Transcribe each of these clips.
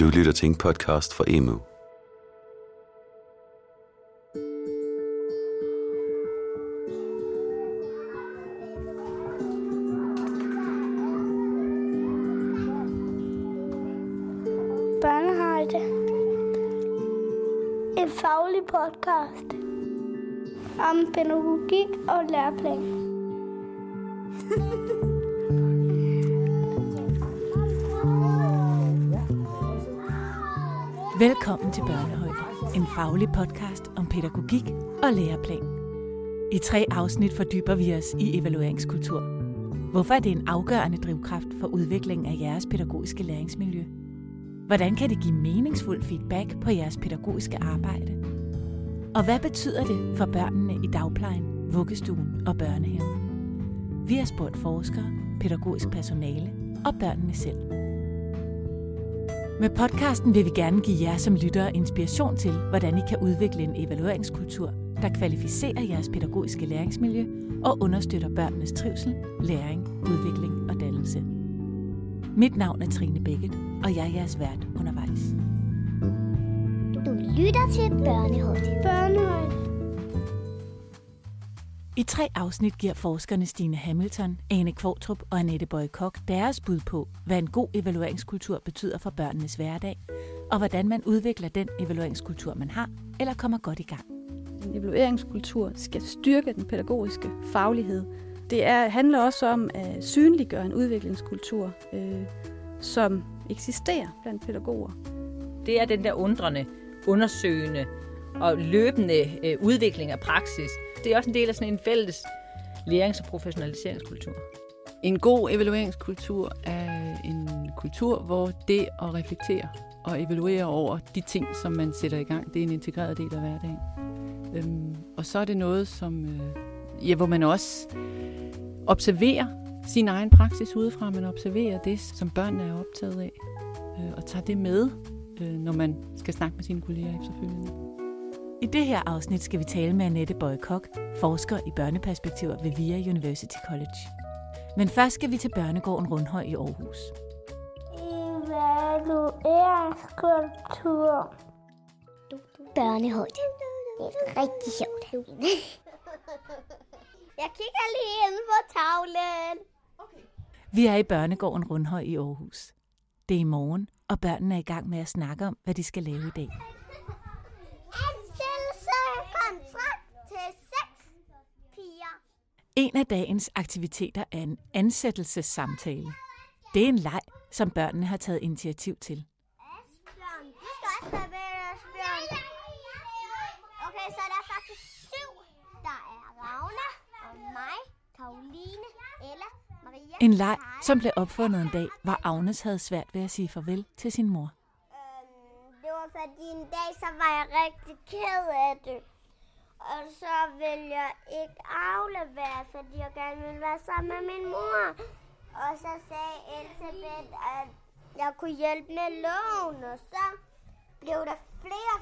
Du lytter til en podcast fra Emu. Børnehøjde. En faglig podcast om pædagogik og læreplan. Velkommen til Børnehøjde, en faglig podcast om pædagogik og læreplan. I 3 afsnit fordyber vi os i evalueringskultur. Hvorfor er det en afgørende drivkraft for udviklingen af jeres pædagogiske læringsmiljø? Hvordan kan det give meningsfuld feedback på jeres pædagogiske arbejde? Og hvad betyder det for børnene i dagplejen, vuggestuen og børnehaven? Vi har spurgt forskere, pædagogisk personale og børnene selv. Med podcasten vil vi gerne give jer som lyttere inspiration til, hvordan I kan udvikle en evalueringskultur, der kvalificerer jeres pædagogiske læringsmiljø og understøtter børnenes trivsel, læring, udvikling og dannelse. Mit navn er Trine Bækket, og jeg er jeres vært undervejs. Du lytter til Børnehøjde. I 3 afsnit giver forskerne Stine Hamilton, Ane Kvartrup og Annette Boye Koch deres bud på, hvad en god evalueringskultur betyder for børnenes hverdag, og hvordan man udvikler den evalueringskultur, man har, eller kommer godt i gang. En evalueringskultur skal styrke den pædagogiske faglighed. Det handler også om at synliggøre en udviklingskultur, som eksisterer blandt pædagoger. Det er den der undrende, undersøgende og løbende udvikling af praksis. Det er også en del af sådan en fælles lærings- og professionaliseringskultur. En god evalueringskultur er en kultur, hvor det at reflektere og evaluere over de ting, som man sætter i gang, det er en integreret del af hverdagen. Og så er det noget, hvor man også observerer sin egen praksis udefra, man observerer det, som børnene er optaget af, og tager det med, når man skal snakke med sine kolleger efterfølgende. I det her afsnit skal vi tale med Annette Boye Koch, forsker i børneperspektiver ved VIA University College. Men først skal vi til Børnegården Rundhøj i Aarhus. Evalueringskultur. Børnehøjde. Det er rigtig sjovt. Jeg kigger lige inde på tavlen. Okay. Vi er i Børnegården Rundhøj i Aarhus. Det er i morgen, og børnene er i gang med at snakke om, hvad de skal lave i dag. Kontrakt til 6 piger. En af dagens aktiviteter er en ansættelsessamtale. Det er en leg, som børnene har taget initiativ til. Asbjørn, du skal også være med, Asbjørn. Okay, så der er faktisk 7. Der er Ragna og mig, Karoline, Ella, Maria. En leg, som blev opfundet en dag, hvor Agnes havde svært ved at sige farvel til sin mor. Det var fordi en dag, så var jeg rigtig ked af det. Og så ville jeg ikke aflevere, fordi jeg gerne ville være sammen med min mor. Og så sagde Elisabeth, at jeg kunne hjælpe med lån. Og så blev der flere,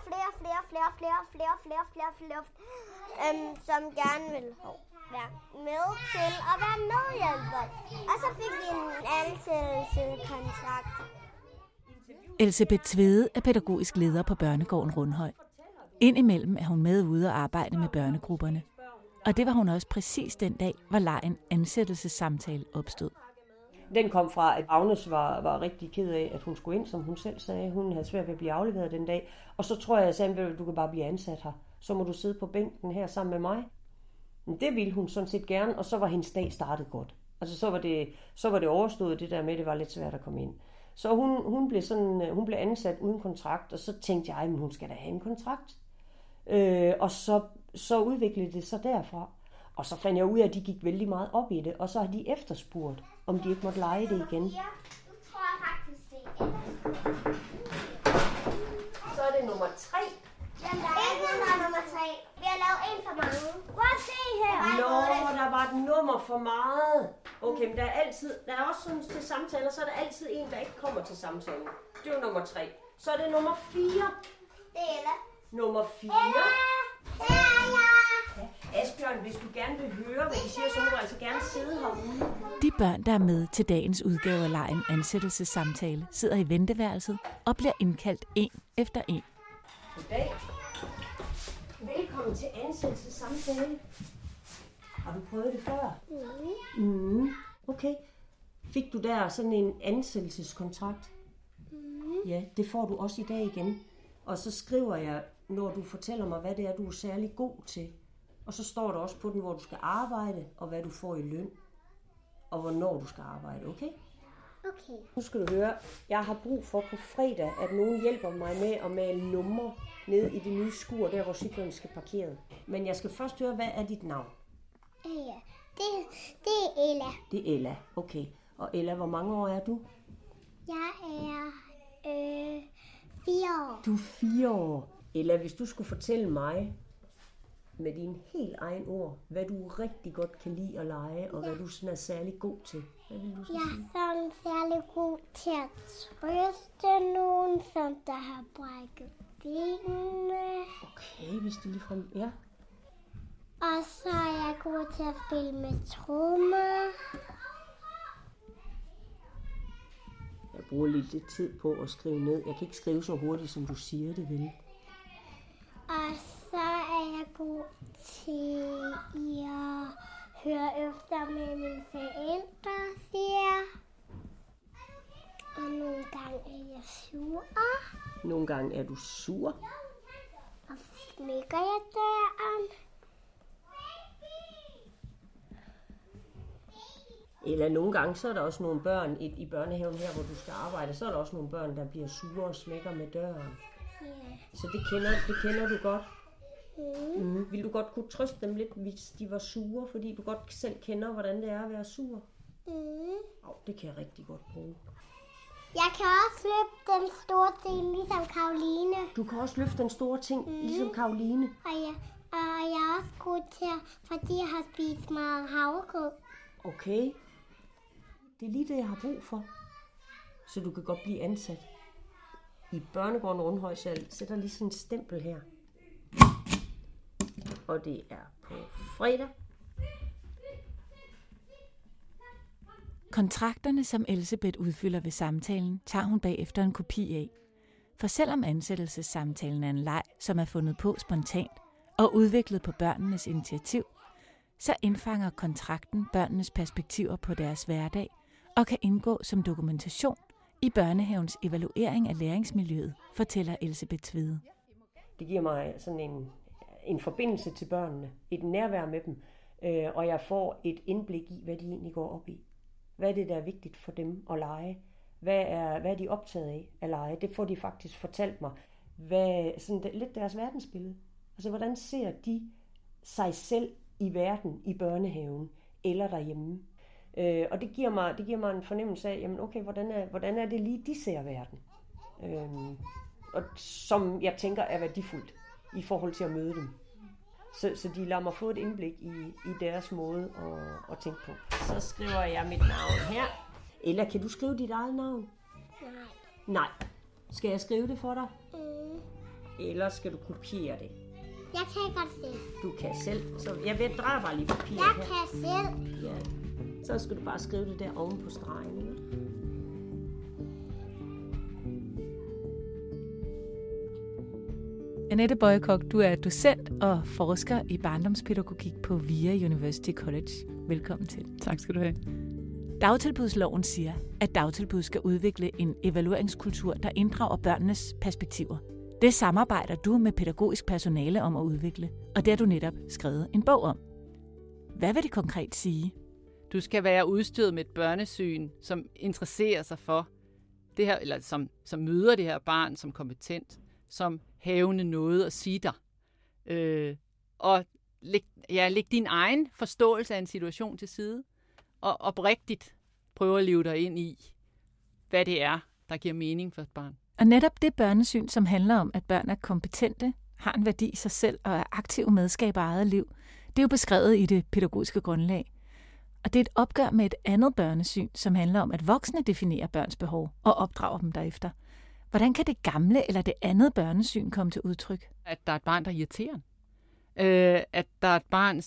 som gerne ville være med til at være medhjælper. Og så fik vi en ansættelseskontrakt. Elisabeth Tvede er pædagogisk leder på Børnegården Rundhøj. Indimellem er hun med ude og arbejde med børnegrupperne. Og det var hun også præcis den dag, hvor legen ansættelsessamtale opstod. Den kom fra, at Agnes var rigtig ked af, at hun skulle ind, som hun selv sagde. Hun havde svært ved at blive afleveret den dag. Og så tror jeg sagde, at du kan bare blive ansat her. Så må du sidde på bænken her sammen med mig. Men det ville hun sådan set gerne, og så var hendes dag startet godt. Altså så var det overstået det der med, at det var lidt svært at komme ind. Så hun blev ansat uden kontrakt, og så tænkte jeg, at hun skal da have en kontrakt. Og så udviklede det sig derfra. Og så fandt jeg ud af, at de gik vældig meget op i det, og så har de efterspurgt, om de ikke måtte lege det igen. Ja, nu tror jeg faktisk, det er Så er det nummer 3. Jamen, der er ikke noget nummer 3. Vi har lavet en for mange. Prøv at se her. Der var et nummer for meget. Okay, men der er også sådan til samtaler, så er der altid en, der ikke kommer til samtalen. Det er jo nummer 3. Så er det nummer 4. Det er Ella. Nummer 4. Ella! Asbjørn, hvis du gerne vil høre, hvad de siger, så må du altså gerne sidde herude. De børn, der er med til dagens udgave af legen ansættelsessamtale, sidder i venteværelset og bliver indkaldt en efter en. Goddag. Velkommen til ansættelsessamtale. Har du prøvet det før? Okay. Fik du der sådan en ansættelseskontrakt? Ja, det får du også i dag igen. Og så skriver jeg, når du fortæller mig, hvad det er, du er særlig god til. Og så står der også på den, hvor du skal arbejde, og hvad du får i løn. Og hvornår du skal arbejde, okay? Okay. Nu skal du høre, jeg har brug for på fredag, at nogen hjælper mig med at male numre ned i det nye skur, der hvor cyklerne skal parkeret. Men jeg skal først høre, hvad er dit navn? Ja, det er Ella. Det er Ella, okay. Og Ella, hvor mange år er du? Jeg er 4 år. Du er 4 år. Ella, hvis du skulle fortælle mig med dine helt egen ord, hvad du rigtig godt kan lide at lege, og hvad du sådan er særlig god til. Hvad vil du så sige? Jeg er sådan særlig god til at trøste nogen, som der har brækket benene. Okay, hvis det ligefrem... Ja. Og så er jeg god til at spille med trommer. Jeg bruger lidt tid på at skrive ned. Jeg kan ikke skrive så hurtigt, som du siger det vil. Og så er jeg god til at høre efter med mine forældre, siger. Og nogle gange er jeg sur. Nogle gange er du sur. Og så smækker jeg døren. Eller nogle gange, så er der også nogle børn i børnehaven her, hvor du skal arbejde, så er der også nogle børn, der bliver sure og smækker med døren. Yeah. Så det kender du godt. Vil du godt kunne trøste dem lidt, hvis de var sure, fordi du godt selv kender, hvordan det er at være sur? Det kan jeg rigtig godt bruge. Jeg kan også løfte den store ting, ligesom Karoline. Du kan også løfte den store ting, ligesom Karoline. Og jeg er også god til, fordi jeg har spist meget havregrød. Okay. Det er lige det, jeg har brug for. Så du kan godt blive ansat. I Børnegården Rundhøj, så jeg sætter lige sådan et stempel her. Og det er på fredag. Kontrakterne, som Elsebeth udfylder ved samtalen, tager hun bagefter en kopi af. For selvom ansættelsessamtalen er en leg, som er fundet på spontant og udviklet på børnenes initiativ, så indfanger kontrakten børnenes perspektiver på deres hverdag og kan indgå som dokumentation i børnehavens evaluering af læringsmiljøet, fortæller Elsebeth Tvede. Det giver mig sådan en forbindelse til børnene, et nærvær med dem, og jeg får et indblik i, hvad de egentlig går op i. Hvad er det, der er vigtigt for dem at lege? Hvad er de optaget af at lege? Det får de faktisk fortalt mig. Sådan lidt deres verdensbillede. Altså, hvordan ser de sig selv i verden, i børnehaven eller derhjemme? Og det giver mig en fornemmelse af, jamen okay, hvordan er det lige, de ser verden? Og som jeg tænker er værdifuldt i forhold til at møde dem. Så de lader mig få et indblik i deres måde at tænke på. Så skriver jeg mit navn her. Eller kan du skrive dit eget navn? Nej. Skal jeg skrive det for dig? Eller skal du kopiere det? Jeg kan godt selv. Du kan selv. Så jeg drejer bare lige papiret her. Jeg kan selv. Ja. Så skal du bare skrive det der oven på stregen. Ikke? Annette Bøjekok, du er docent og forsker i barndomspædagogik på VIA University College. Velkommen til. Tak skal du have. Dagtilbudsloven siger, at dagtilbud skal udvikle en evalueringskultur, der inddrager børnenes perspektiver. Det samarbejder du med pædagogisk personale om at udvikle, og det har du netop skrevet en bog om. Hvad vil det konkret sige? Du skal være udstyret med et børnesyn, som interesserer sig for det her, eller som møder det her barn som kompetent, som havende noget at sige dig. Og læg din egen forståelse af en situation til side, og oprigtigt prøve at leve dig ind i, hvad det er, der giver mening for et barn. Og netop det børnesyn, som handler om, at børn er kompetente, har en værdi i sig selv og er aktive medskaber af eget liv, det er jo beskrevet i det pædagogiske grundlag. Og det er et opgør med et andet børnesyn, som handler om, at voksne definerer børns behov og opdrager dem derefter. Hvordan kan det gamle eller det andet børnesyn komme til udtryk? At der er et barn, der er irriterende. At der er et barn,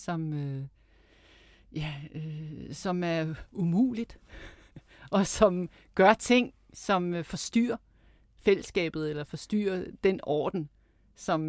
som er umuligt, og som gør ting, som forstyrrer fællesskabet, eller forstyrrer den orden, som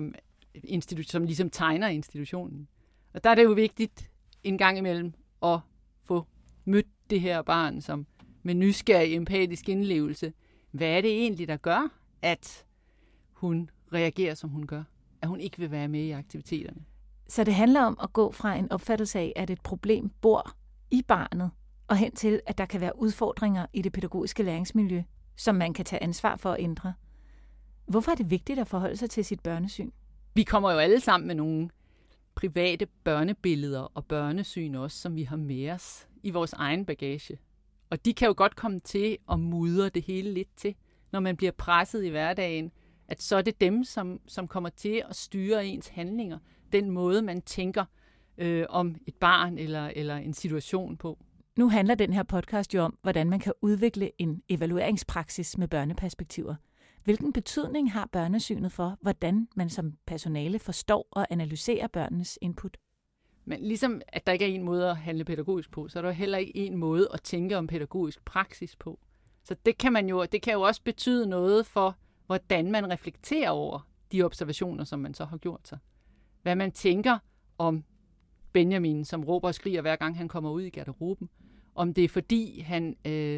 ligesom tegner institutionen. Og der er det jo vigtigt en gang imellem at få mødt det her barn, som med nysgerrig, empatisk indlevelse. Hvad er det egentlig, der gør, at hun reagerer, som hun gør? At hun ikke vil være med i aktiviteterne? Så det handler om at gå fra en opfattelse af, at et problem bor i barnet, og hen til, at der kan være udfordringer i det pædagogiske læringsmiljø, som man kan tage ansvar for at ændre. Hvorfor er det vigtigt at forholde sig til sit børnesyn? Vi kommer jo alle sammen med nogle private børnebilleder og børnesyn også, som vi har med os i vores egen bagage. Og de kan jo godt komme til at mudre det hele lidt til, når man bliver presset i hverdagen, at så er det dem, som kommer til at styre ens handlinger, den måde, man tænker om et barn eller en situation på. Nu handler den her podcast jo om, hvordan man kan udvikle en evalueringspraksis med børneperspektiver. Hvilken betydning har børnesynet for, hvordan man som personale forstår og analyserer børnenes input? Men ligesom at der ikke er en måde at handle pædagogisk på, så er der heller ikke en måde at tænke om pædagogisk praksis på. Så det kan jo også betyde noget for, hvordan man reflekterer over de observationer, som man så har gjort sig. Hvad man tænker om Benjamin, som råber og skriger, hver gang han kommer ud i garderoben. Om det er fordi, han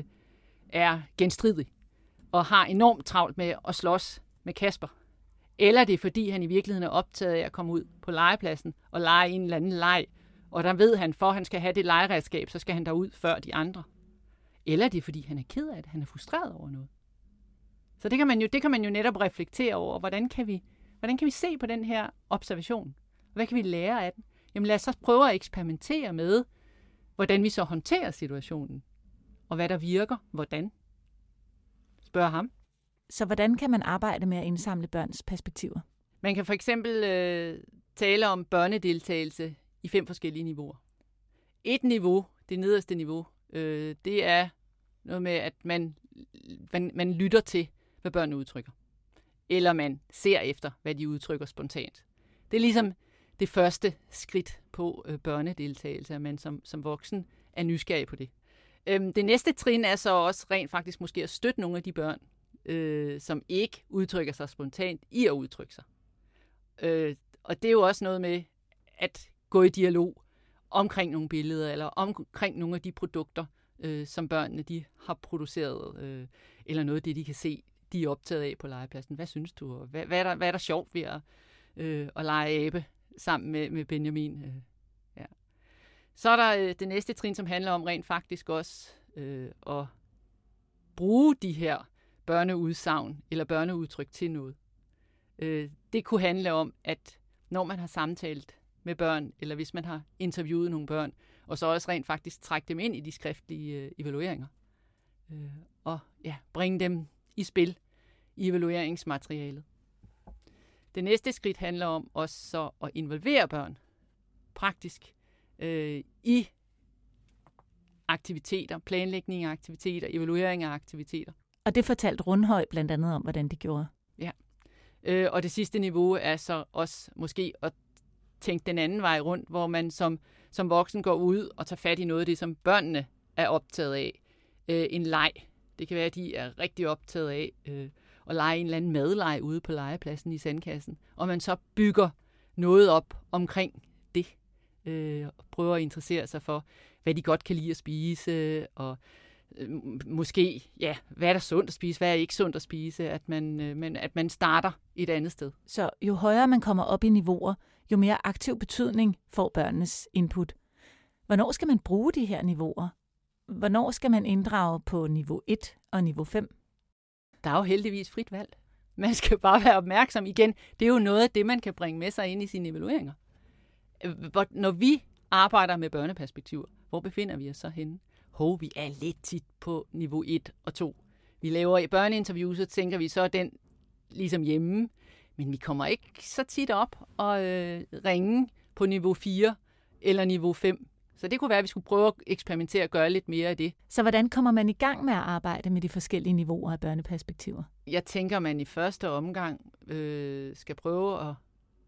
er genstridig og har enormt travlt med at slås med Kasper. Eller det er fordi, han i virkeligheden er optaget af at komme ud på legepladsen og lege en eller anden leg. Og der ved han, for at han skal have det legeredskab, så skal han derud før de andre. Eller det er fordi, han er ked af det. Han er frustreret over noget. Så det kan man jo netop reflektere over. Hvordan kan vi se på den her observation? Hvad kan vi lære af den? Jamen lad os så prøve at eksperimentere med, hvordan vi så håndterer situationen. Og hvad der virker, hvordan. Spørg ham. Så hvordan kan man arbejde med at indsamle børns perspektiver? Man kan for eksempel tale om børnedeltagelse i 5 forskellige niveauer. Et niveau, det nederste niveau, det er noget med, at man lytter til, hvad børnene udtrykker. Eller man ser efter, hvad de udtrykker spontant. Det er ligesom det første skridt på børnedeltagelse, at man som voksen er nysgerrig på det. Det næste trin er så også rent faktisk måske at støtte nogle af de børn, som ikke udtrykker sig spontant, i at udtrykke sig. Og det er jo også noget med at gå i dialog omkring nogle billeder, eller omkring nogle af de produkter, som børnene de har produceret, eller noget af det, de kan se, de er optaget af på legepladsen. Hvad synes du? Og hvad er der sjovt ved at lege abe sammen med Benjamin? Ja. Så er der det næste trin, som handler om rent faktisk også at bruge de her børneudsagn eller børneudtryk til noget. Det kunne handle om, at når man har samtalt med børn, eller hvis man har interviewet nogle børn, og så også rent faktisk trække dem ind i de skriftlige evalueringer. Og bringe dem i spil i evalueringsmaterialet. Det næste skridt handler om også så at involvere børn praktisk i aktiviteter, planlægning af aktiviteter, evaluering af aktiviteter. Og det fortalte Rundhøj blandt andet om, hvordan de gjorde. Ja. Og det sidste niveau er så også måske at tænke den anden vej rundt, hvor man som voksen går ud og tager fat i noget af det, som børnene er optaget af. En leg. Det kan være, at de er rigtig optaget af at lege en eller anden madleg ude på legepladsen i sandkassen. Og man så bygger noget op omkring det. Og prøver at interessere sig for, hvad de godt kan lide at spise, og måske, hvad er der sundt at spise, hvad er ikke sundt at spise, at man starter et andet sted. Så jo højere man kommer op i niveauer, jo mere aktiv betydning får børnenes input. Hvornår skal man bruge de her niveauer? Hvornår skal man inddrage på niveau 1 og niveau 5? Der er jo heldigvis frit valg. Man skal bare være opmærksom igen. Det er jo noget af det, man kan bringe med sig ind i sine evalueringer. Når vi arbejder med børneperspektiver, hvor befinder vi os så henne? Vi er lidt tit på niveau 1 og 2. Vi laver børneinterviews, så tænker vi, så er den ligesom hjemme. Men vi kommer ikke så tit op og ringe på niveau 4 eller niveau 5. Så det kunne være, at vi skulle prøve at eksperimentere og gøre lidt mere af det. Så hvordan kommer man i gang med at arbejde med de forskellige niveauer af børneperspektiver? Jeg tænker, at man i første omgang skal prøve at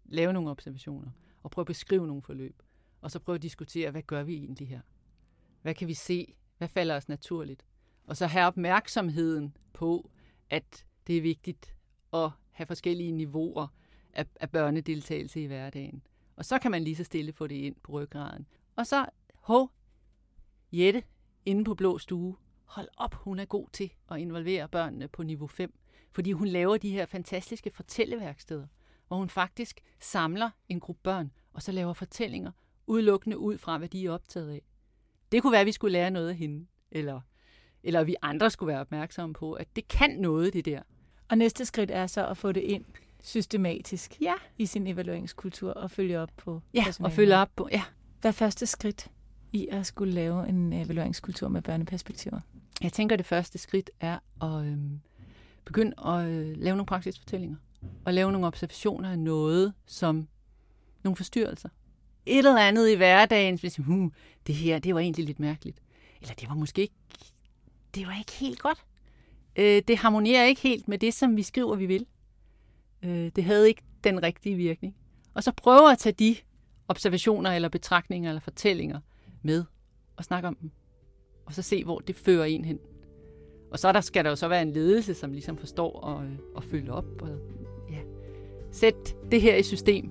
lave nogle observationer, og prøve at beskrive nogle forløb, og så prøve at diskutere, hvad gør vi egentlig her? Hvad kan vi se? Hvad falder os naturligt? Og så have opmærksomheden på, at det er vigtigt at have forskellige niveauer af børnedeltagelse i hverdagen. Og så kan man lige så stille få det ind på ryggraden. Og så, Jette, inde på Blå Stue, hold op, hun er god til at involvere børnene på niveau 5, fordi hun laver de her fantastiske fortælleværksteder, hvor hun faktisk samler en gruppe børn, og så laver fortællinger udelukkende ud fra, hvad de er optaget af. Det kunne være, at vi skulle lære noget af hende, eller vi andre skulle være opmærksomme på, at det kan noget, det der. Og næste skridt er så at få det ind systematisk i sin evalueringskultur og følge op på personalet. Og følge op på, Hvad er første skridt i at skulle lave en evalueringskultur med børneperspektiver? Jeg tænker, det første skridt er at begynde at lave nogle praktiske fortællinger. Og lave nogle observationer af noget, som nogle forstyrrelser. Et eller andet i hverdagen, hvis det her, det var egentlig lidt mærkeligt. Eller det var måske ikke, det var ikke helt godt. Det harmonerer ikke helt med det, som vi skriver, vi vil. Det havde ikke den rigtige virkning. Og så prøve at tage de observationer eller betragtninger eller fortællinger med og snakke om dem. Og så se, hvor det fører en hen. Og så skal der jo så være en ledelse, som ligesom forstår at følge op. Og, sæt det her i system.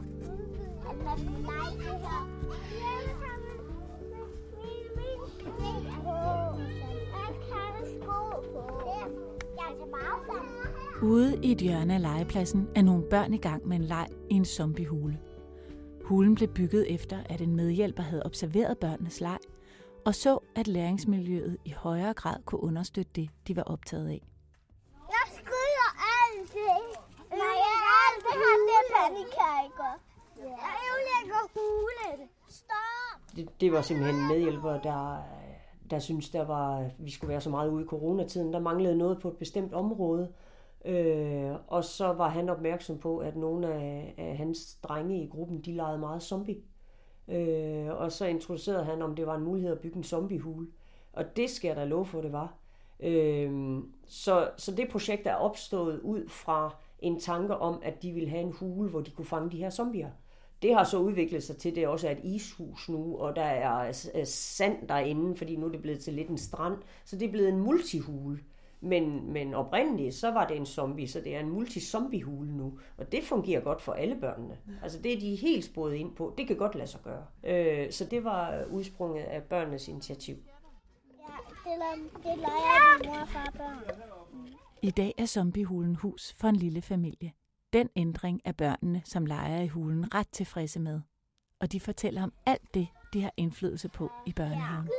Ude i et hjørne af legepladsen er nogle børn i gang med en leg i en zombiehule. Hulen blev bygget efter, at en medhjælper havde observeret børnenes leg, og så, at læringsmiljøet i højere grad kunne understøtte det, de var optaget af. Jeg skyder altid. Nej, jeg altid har det pandekager. Jeg lægger hulen. Stop! Det var simpelthen medhjælpere, der syntes, vi skulle være så meget ude i coronatiden. Der manglede noget på et bestemt område. Og så var han opmærksom på, at nogle af hans drenge i gruppen, de legede meget zombie. Og så introducerede han, om det var en mulighed at bygge en zombiehule. Og det skal jeg da love for, det var. Så det projekt er opstået ud fra en tanke om, at de ville have en hule, hvor de kunne fange de her zombier. Det har så udviklet sig til, det også er et ishus nu, og der er sand derinde, fordi nu er det blevet til lidt en strand. Så det er blevet en multihule. Men oprindeligt, så var det en zombie, så det er en multi-zombie-hule nu. Og det fungerer godt for alle børnene. Altså det er de helt sporet ind på. Det kan godt lade sig gøre. Så det var udsprunget af børnenes initiativ. Ja, det leger min mor og far børn. I dag er zombiehulen hus for en lille familie. Den ændring er børnene, som leger i hulen, ret tilfredse med. Og de fortæller om alt det, de har indflydelse på i børnehaven.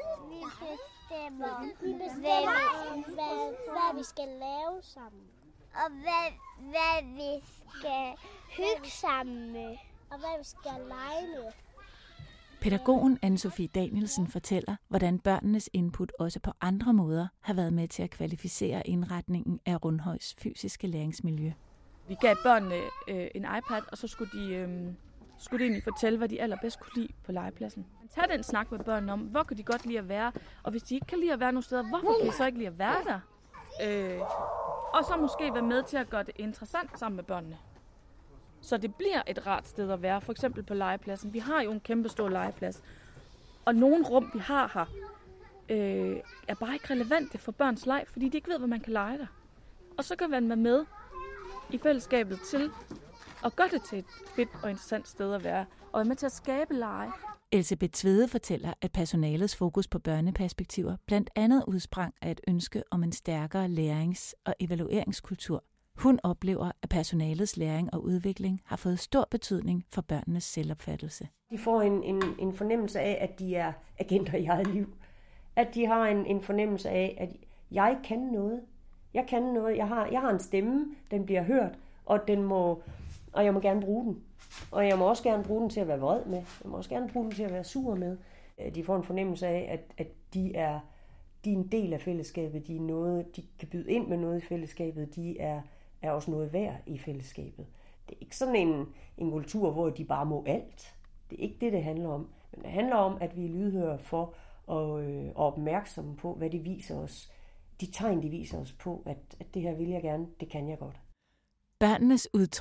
Vi bestemmer, hvad vi skal lave sammen. Og hvad vi skal hygge sammen med. Og hvad vi skal lege med. Pædagogen Anne-Sophie Danielsen fortæller, hvordan børnenes input også på andre måder har været med til at kvalificere indretningen af Rundhøjs fysiske læringsmiljø. Vi gav børnene en iPad, og så skulle de egentlig fortælle, hvad de allerbedst kunne lide på legepladsen. Tag den snak med børnene om, hvor kan de godt lide at være, og hvis de ikke kan lide at være nogle steder, hvorfor kan de så ikke lide at være der? Og så måske være med til at gøre det interessant sammen med børnene. Så det bliver et rart sted at være, for eksempel på legepladsen. Vi har jo en kæmpe stor legeplads, og nogle rum, vi har her, er bare ikke relevante for børns leg, fordi de ikke ved, hvad man kan lege der. Og så kan man være med i fællesskabet til at gøre det til et fedt og interessant sted at være, og være med til at skabe lege. Elsebeth Tvede fortæller, at personalets fokus på børneperspektiver blandt andet udsprang af et ønske om en stærkere lærings- og evalueringskultur. Hun oplever, at personalets læring og udvikling har fået stor betydning for børnenes selvopfattelse. De får en fornemmelse af, at de er agenter i eget liv. At de har en fornemmelse af, at jeg kan noget. Jeg kan noget. Jeg har en stemme, den bliver hørt, og jeg må gerne bruge den. Og jeg må også gerne bruge den til at være vred med. Jeg må også gerne bruge den til at være sur med. De får en fornemmelse af, at de er en del af fællesskabet. De er noget, de kan byde ind med noget i fællesskabet. De er også noget værd i fællesskabet. Det er ikke sådan en kultur, hvor de bare må alt. Det er ikke det handler om. Men det handler om, at vi er lydhøre for og opmærksomme på, hvad det viser os. De tegn, de viser os på, at det her vil jeg gerne, det kan jeg godt. Børnenes udtryk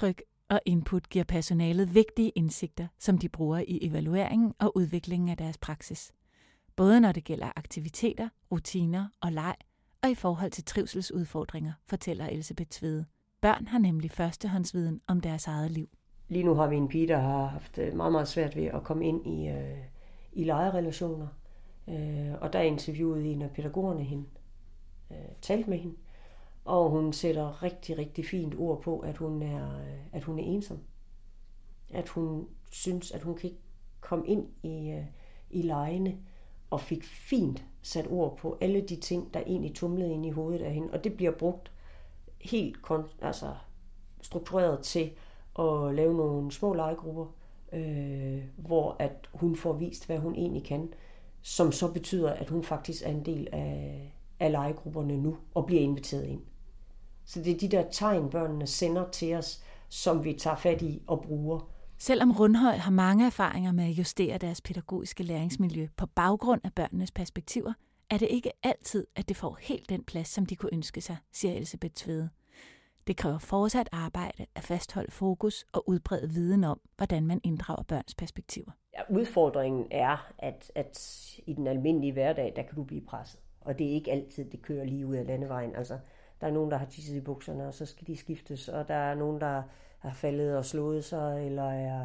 og input giver personalet vigtige indsigter, som de bruger i evalueringen og udviklingen af deres praksis. Både når det gælder aktiviteter, rutiner og leg, og i forhold til trivselsudfordringer, fortæller Elsebeth Tvede. Børn har nemlig førstehåndsviden om deres eget liv. Lige nu har vi en pige, der har haft meget, meget svært ved at komme ind i lejerelationer. Og der interviewede en af pædagogerne hende, talte med hende, og hun sætter rigtig, rigtig fint ord på, at hun er ensom. At hun synes, at hun kan ikke komme ind i legene, og fik fint sat ord på alle de ting, der egentlig tumlede ind i hovedet af hende. Og det bliver brugt helt struktureret til at lave nogle små legegrupper, hvor at hun får vist, hvad hun egentlig kan, som så betyder, at hun faktisk er en del af legegrupperne nu, og bliver inviteret ind. Så det er de der tegn, børnene sender til os, som vi tager fat i og bruger. Selvom Rundhøj har mange erfaringer med at justere deres pædagogiske læringsmiljø på baggrund af børnenes perspektiver, er det ikke altid, at det får helt den plads, som de kunne ønske sig, siger Elsebeth Tvede. Det kræver fortsat arbejde at fastholde fokus og udbrede viden om, hvordan man inddrager børns perspektiver. Ja, udfordringen er, at i den almindelige hverdag, der kan du blive presset. Og det er ikke altid, det kører lige ud af landevejen. Altså, der er nogen, der har tisset i bukserne, og så skal de skiftes. Og der er nogen, der har faldet og slået sig, eller er...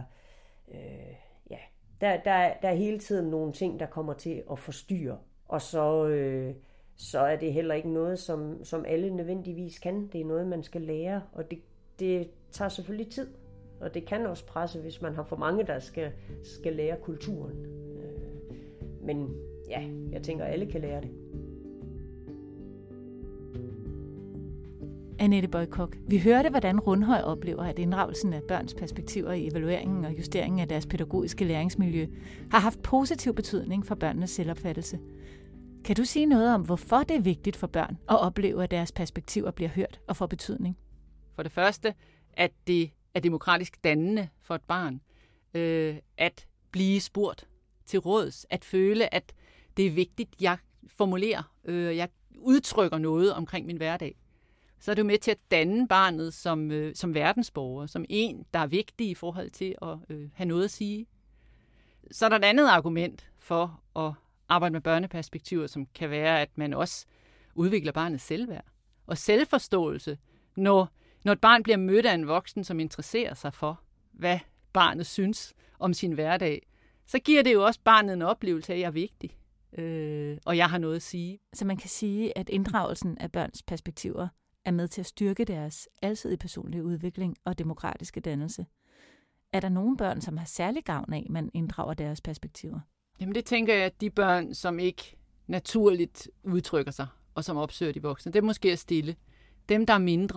Der er hele tiden nogle ting, der kommer til at forstyrre. Og så er det heller ikke noget, som alle nødvendigvis kan. Det er noget, man skal lære, og det tager selvfølgelig tid. Og det kan også presse, hvis man har for mange, der skal lære kulturen. Men ja, jeg tænker, at alle kan lære det. Annette Boykok, vi hørte, hvordan Rundhøj oplever, at inddragelsen af børns perspektiver i evalueringen og justeringen af deres pædagogiske læringsmiljø har haft positiv betydning for børnenes selvopfattelse. Kan du sige noget om, hvorfor det er vigtigt for børn at opleve, at deres perspektiver bliver hørt og får betydning? For det første, at det er demokratisk dannende for et barn. At blive spurgt til råds. At føle, at det er vigtigt, jeg formulerer, jeg udtrykker noget omkring min hverdag. Så er det jo med til at danne barnet som verdensborger, som en, der er vigtig i forhold til at have noget at sige. Så er der et andet argument for at arbejde med børneperspektiver, som kan være, at man også udvikler barnets selvværd og selvforståelse, når et barn bliver mødt af en voksen, som interesserer sig for, hvad barnet synes om sin hverdag, så giver det jo også barnet en oplevelse af, at jeg er vigtig, og jeg har noget at sige. Så man kan sige, at inddragelsen af børns perspektiver er med til at styrke deres alsidige personlige udvikling og demokratiske dannelse. Er der nogle børn, som har særlig gavn af, at man inddrager deres perspektiver? Jamen det tænker jeg, at de børn, som ikke naturligt udtrykker sig, og som opsøger de voksne, dem måske er stille. Dem, der er mindre.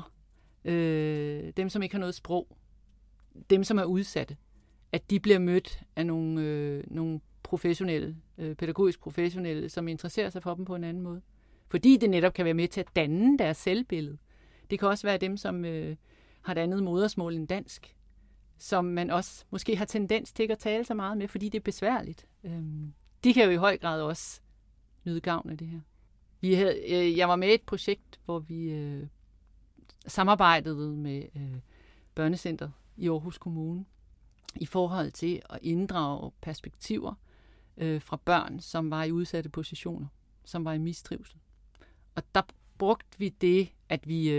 Dem, som ikke har noget sprog. Dem, som er udsatte. At de bliver mødt af nogle professionelle, pædagogisk professionelle, som interesserer sig for dem på en anden måde. Fordi det netop kan være med til at danne deres selvbillede. Det kan også være dem, som har et andet modersmål end dansk, som man også måske har tendens til at tale så meget med, fordi det er besværligt. De kan jo i høj grad også nyde gavn af det her. Jeg var med i et projekt, hvor vi samarbejdede med Børnecentret i Aarhus Kommune i forhold til at inddrage perspektiver fra børn, som var i udsatte positioner, som var i mistrivsel. Og der brugte vi det, at vi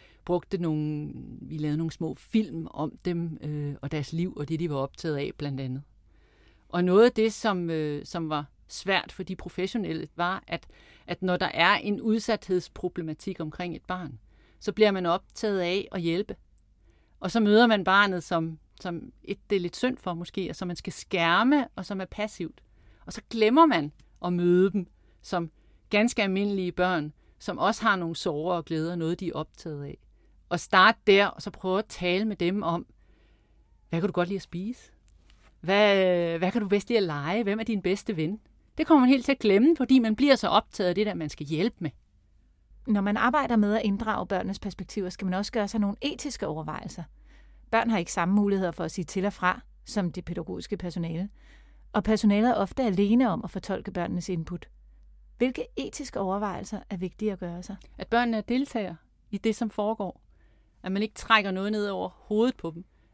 lavede nogle små film om dem og deres liv, og det, de var optaget af, blandt andet. Og noget af det, som var svært for de professionelle, var, at når der er en udsathedsproblematik omkring et barn, så bliver man optaget af at hjælpe. Og så møder man barnet, som det er lidt synd for måske, og som man skal skærme, og som er passivt. Og så glemmer man at møde dem som ganske almindelige børn, som også har nogle sorger og glæder, noget de er optaget af. Og starte der, og så prøve at tale med dem om, hvad kan du godt lide at spise? Hvad kan du bedst lide at lege? Hvem er din bedste ven? Det kommer man helt til at glemme, fordi man bliver så optaget af det, der man skal hjælpe med. Når man arbejder med at inddrage børnenes perspektiver, skal man også gøre sig nogle etiske overvejelser. Børn har ikke samme muligheder for at sige til og fra, som det pædagogiske personale. Og personalet er ofte alene om at fortolke børnenes input. Hvilke etiske overvejelser er vigtige at gøre sig? At børnene er deltager i det, som foregår. At man ikke trækker noget ned over hovedet på dem.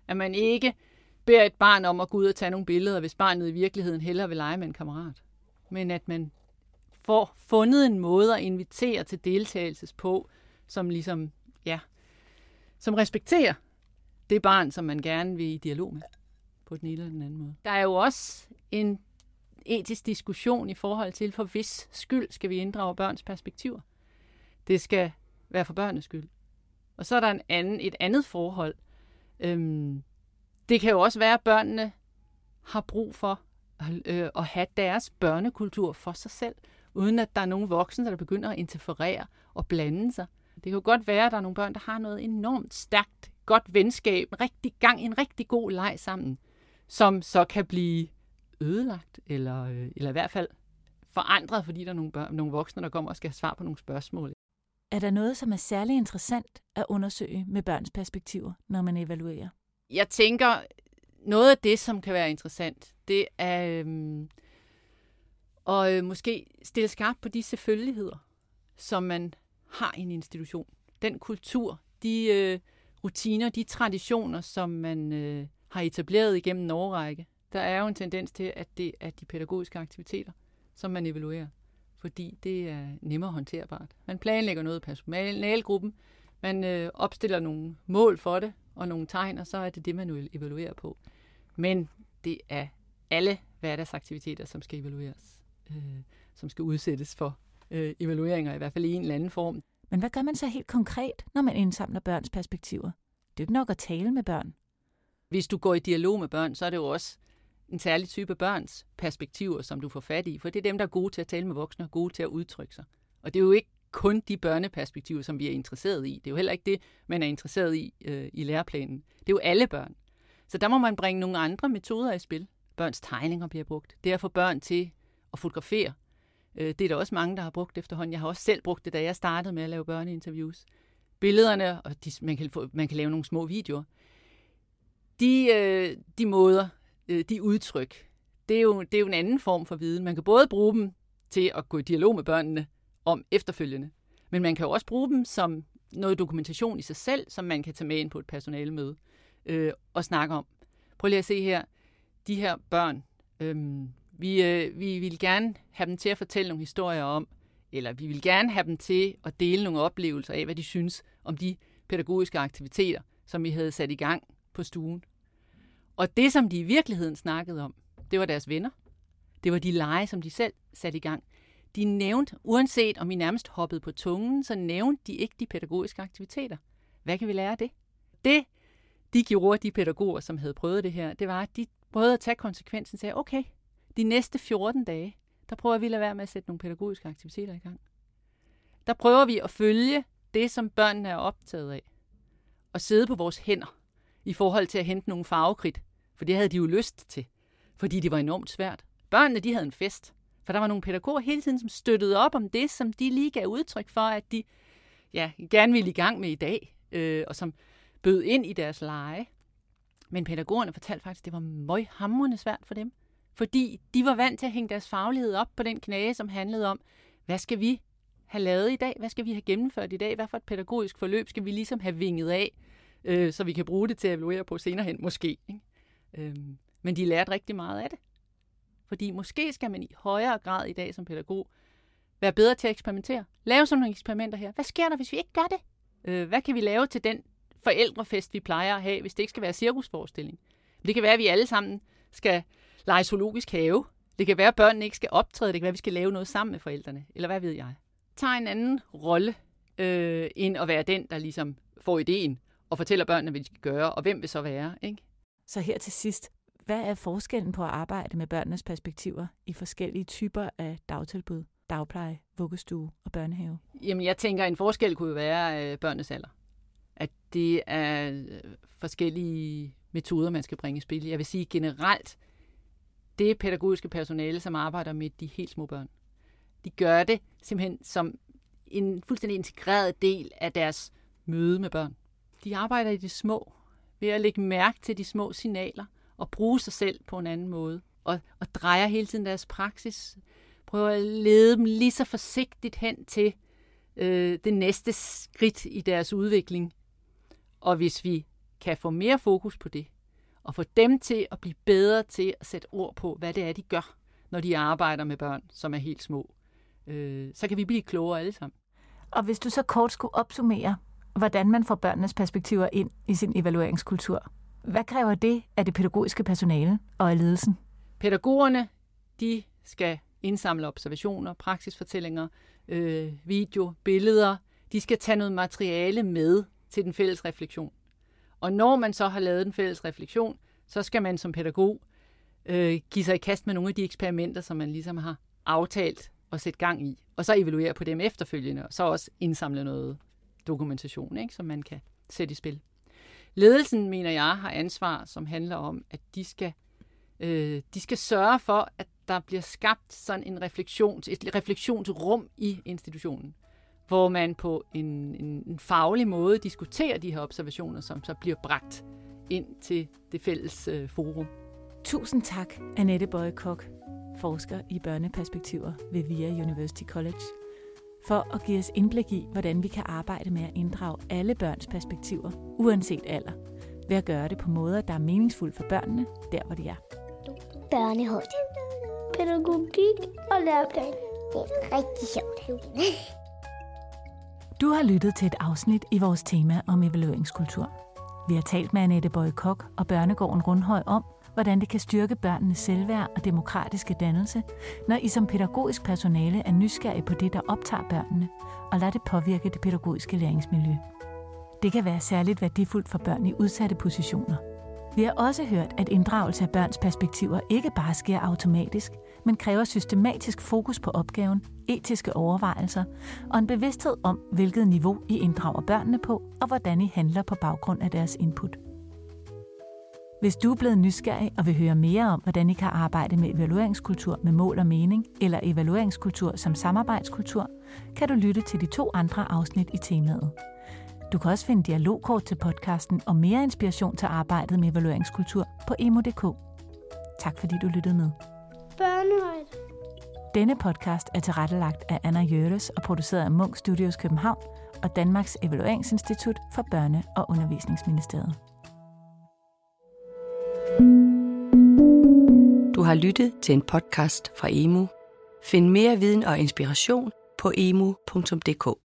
At man ikke beder et barn om at gå ud og tage nogle billeder, hvis barnet i virkeligheden hellere vil lege med en kammerat. Men at man får fundet en måde at invitere til deltagelse på, som ligesom, som respekterer det barn, som man gerne vil i dialog med, på den ene eller den anden måde. Der er jo også en etisk diskussion i forhold til, for hvis skyld skal vi inddrage børns perspektiver. Det skal være for børnenes skyld. Og så er der et andet forhold. Det kan jo også være, at børnene har brug for at have deres børnekultur for sig selv, uden at der er nogen voksne, der begynder at interferere og blande sig. Det kan jo godt være, at der er nogle børn, der har noget enormt stærkt, godt venskab, en rigtig god leg sammen, som så kan blive ødelagt, eller i hvert fald forandret, fordi der er nogle voksne, der kommer og skal have svar på nogle spørgsmål. Er der noget, som er særlig interessant at undersøge med børns perspektiver, når man evaluerer? Jeg tænker, noget af det, som kan være interessant, det er at måske stille skarpt på de selvfølgeligheder, som man har i en institution. Den kultur, de rutiner, de traditioner, som man har etableret igennem en årrække. Der er jo en tendens til, at det er de pædagogiske aktiviteter, som man evaluerer, fordi det er nemmere håndterbart. Man planlægger noget i personalegruppen, man opstiller nogle mål for det, og nogle tegn, og så er det man evaluerer på. Men det er alle hverdagsaktiviteter, som skal evalueres, som skal udsættes for evalueringer, i hvert fald i en eller anden form. Men hvad gør man så helt konkret, når man indsamler børns perspektiver? Det er jo ikke nok at tale med børn. Hvis du går i dialog med børn, så er det jo også en særlig type børns perspektiver, som du får fat i, for det er dem, der er gode til at tale med voksne og gode til at udtrykke sig. Og det er jo ikke kun de børneperspektiver, som vi er interesseret i. Det er jo heller ikke det, man er interesseret i læreplanen. Det er jo alle børn. Så der må man bringe nogle andre metoder i spil. Børns tegninger bliver brugt. Det er at få børn til at fotografere. Det er der også mange, der har brugt efterhånden. Jeg har også selv brugt det, da jeg startede med at lave børneinterviews. Billederne, og man kan lave nogle små videoer. De måder, de udtryk, det er jo en anden form for viden. Man kan både bruge dem til at gå i dialog med børnene om efterfølgende, men man kan jo også bruge dem som noget dokumentation i sig selv, som man kan tage med ind på et personalemøde og snakke om. Prøv lige at se her. De her børn, vi vil gerne have dem til at fortælle nogle historier om, eller vi vil gerne have dem til at dele nogle oplevelser af, hvad de synes om de pædagogiske aktiviteter, som vi havde sat i gang på stuen. Og det, som de i virkeligheden snakkede om, det var deres venner. Det var de lege, som de selv satte i gang. De nævnte, uanset om I nærmest hoppede på tungen, så nævnte de ikke de pædagogiske aktiviteter. Hvad kan vi lære af det? Det, de gjorde, de pædagoger, som havde prøvet det her, det var, at de prøvede at tage konsekvensen og sagde, okay, de næste 14 dage, der prøver vi at lade være med at sætte nogle pædagogiske aktiviteter i gang. Der prøver vi at følge det, som børnene er optaget af, og sidde på vores hænder i forhold til at hente nogle farvekridt, for det havde de jo lyst til, fordi det var enormt svært. Børnene, de havde en fest, for der var nogle pædagoger hele tiden, som støttede op om det, som de lige gav udtryk for, at de gerne ville i gang med i dag, og som bød ind i deres lege. Men pædagogerne fortalte faktisk, at det var møghamrende svært for dem, fordi de var vant til at hænge deres faglighed op på den knage, som handlede om, hvad skal vi have lavet i dag? Hvad skal vi have gennemført i dag? Hvad for et pædagogisk forløb skal vi ligesom have vinget af, så vi kan bruge det til at evaluere på senere hen, måske. Ikke? Men de lærte rigtig meget af det. Fordi måske skal man i højere grad i dag som pædagog være bedre til at eksperimentere. Lave sådan nogle eksperimenter her. Hvad sker der, hvis vi ikke gør det? Hvad kan vi lave til den forældrefest, vi plejer at have, hvis det ikke skal være cirkusforestilling? Det kan være, at vi alle sammen skal lege zoologisk have. Det kan være, at børnene ikke skal optræde. Det kan være, at vi skal lave noget sammen med forældrene. Eller hvad ved jeg? Tag en anden rolle end at være den, der ligesom får ideen og fortæller børnene, hvad de skal gøre, og hvem vil så være, ikke? Så her til sidst, hvad er forskellen på at arbejde med børnenes perspektiver i forskellige typer af dagtilbud, dagpleje, vuggestue og børnehave? Jamen, jeg tænker, en forskel kunne jo være børnenes alder. At det er forskellige metoder, man skal bringe i spil. Jeg vil sige generelt, det pædagogiske personale, som arbejder med de helt små børn, de gør det simpelthen som en fuldstændig integreret del af deres møde med børn. De arbejder i det små, ved at lægge mærke til de små signaler og bruge sig selv på en anden måde. Og drejer hele tiden deres praksis. Prøver at lede dem lige så forsigtigt hen til det næste skridt i deres udvikling. Og hvis vi kan få mere fokus på det, og få dem til at blive bedre til at sætte ord på, hvad det er, de gør, når de arbejder med børn, som er helt små. Så kan vi blive klogere alle sammen. Og hvis du så kort skulle opsummere, hvordan man får børnenes perspektiver ind i sin evalueringskultur, hvad kræver det af det pædagogiske personale og af ledelsen? Pædagogerne, de skal indsamle observationer, praksisfortællinger, video, billeder. De skal tage noget materiale med til den fælles refleksion. Og når man så har lavet den fælles refleksion, så skal man som pædagog give sig i kast med nogle af de eksperimenter, som man ligesom har aftalt at sætte gang i. Og så evaluere på dem efterfølgende, og så også indsamle noget dokumentation, ikke, som man kan sætte i spil. Ledelsen, mener jeg, har ansvar, som handler om, at de skal sørge for, at der bliver skabt sådan et refleksionsrum i institutionen, hvor man på en faglig måde diskuterer de her observationer, som så bliver bragt ind til det fælles forum. Tusind tak, Annette Boye Koch, forsker i børneperspektiver ved VIA University College, for at give os indblik i, hvordan vi kan arbejde med at inddrage alle børns perspektiver, uanset alder, ved at gøre det på måder, der er meningsfulde for børnene, der hvor de er. Børnehøjde, pædagogik og læreplan. Det er rigtig sjovt. Du har lyttet til et afsnit i vores tema om evalueringskultur. Vi har talt med Annette Boye Koch og Børnegården Rundhøj om, hvordan det kan styrke børnenes selvværd og demokratiske dannelse, når I som pædagogisk personale er nysgerrige på det, der optager børnene, og lader det påvirke det pædagogiske læringsmiljø. Det kan være særligt værdifuldt for børn i udsatte positioner. Vi har også hørt, at inddragelse af børns perspektiver ikke bare sker automatisk, men kræver systematisk fokus på opgaven, etiske overvejelser og en bevidsthed om, hvilket niveau I inddrager børnene på, og hvordan I handler på baggrund af deres input. Hvis du er blevet nysgerrig og vil høre mere om, hvordan I kan arbejde med evalueringskultur med mål og mening, eller evalueringskultur som samarbejdskultur, kan du lytte til de 2 andre afsnit i temaet. Du kan også finde dialogkort til podcasten og mere inspiration til arbejdet med evalueringskultur på emu.dk. Tak fordi du lyttede med. Børnehøjde. Denne podcast er tilrettelagt af Anna Jørges og produceret af Munch Studios København og Danmarks Evalueringsinstitut for Børne- og Undervisningsministeriet. Du har lyttet til en podcast fra Emu. Find mere viden og inspiration på emu.dk.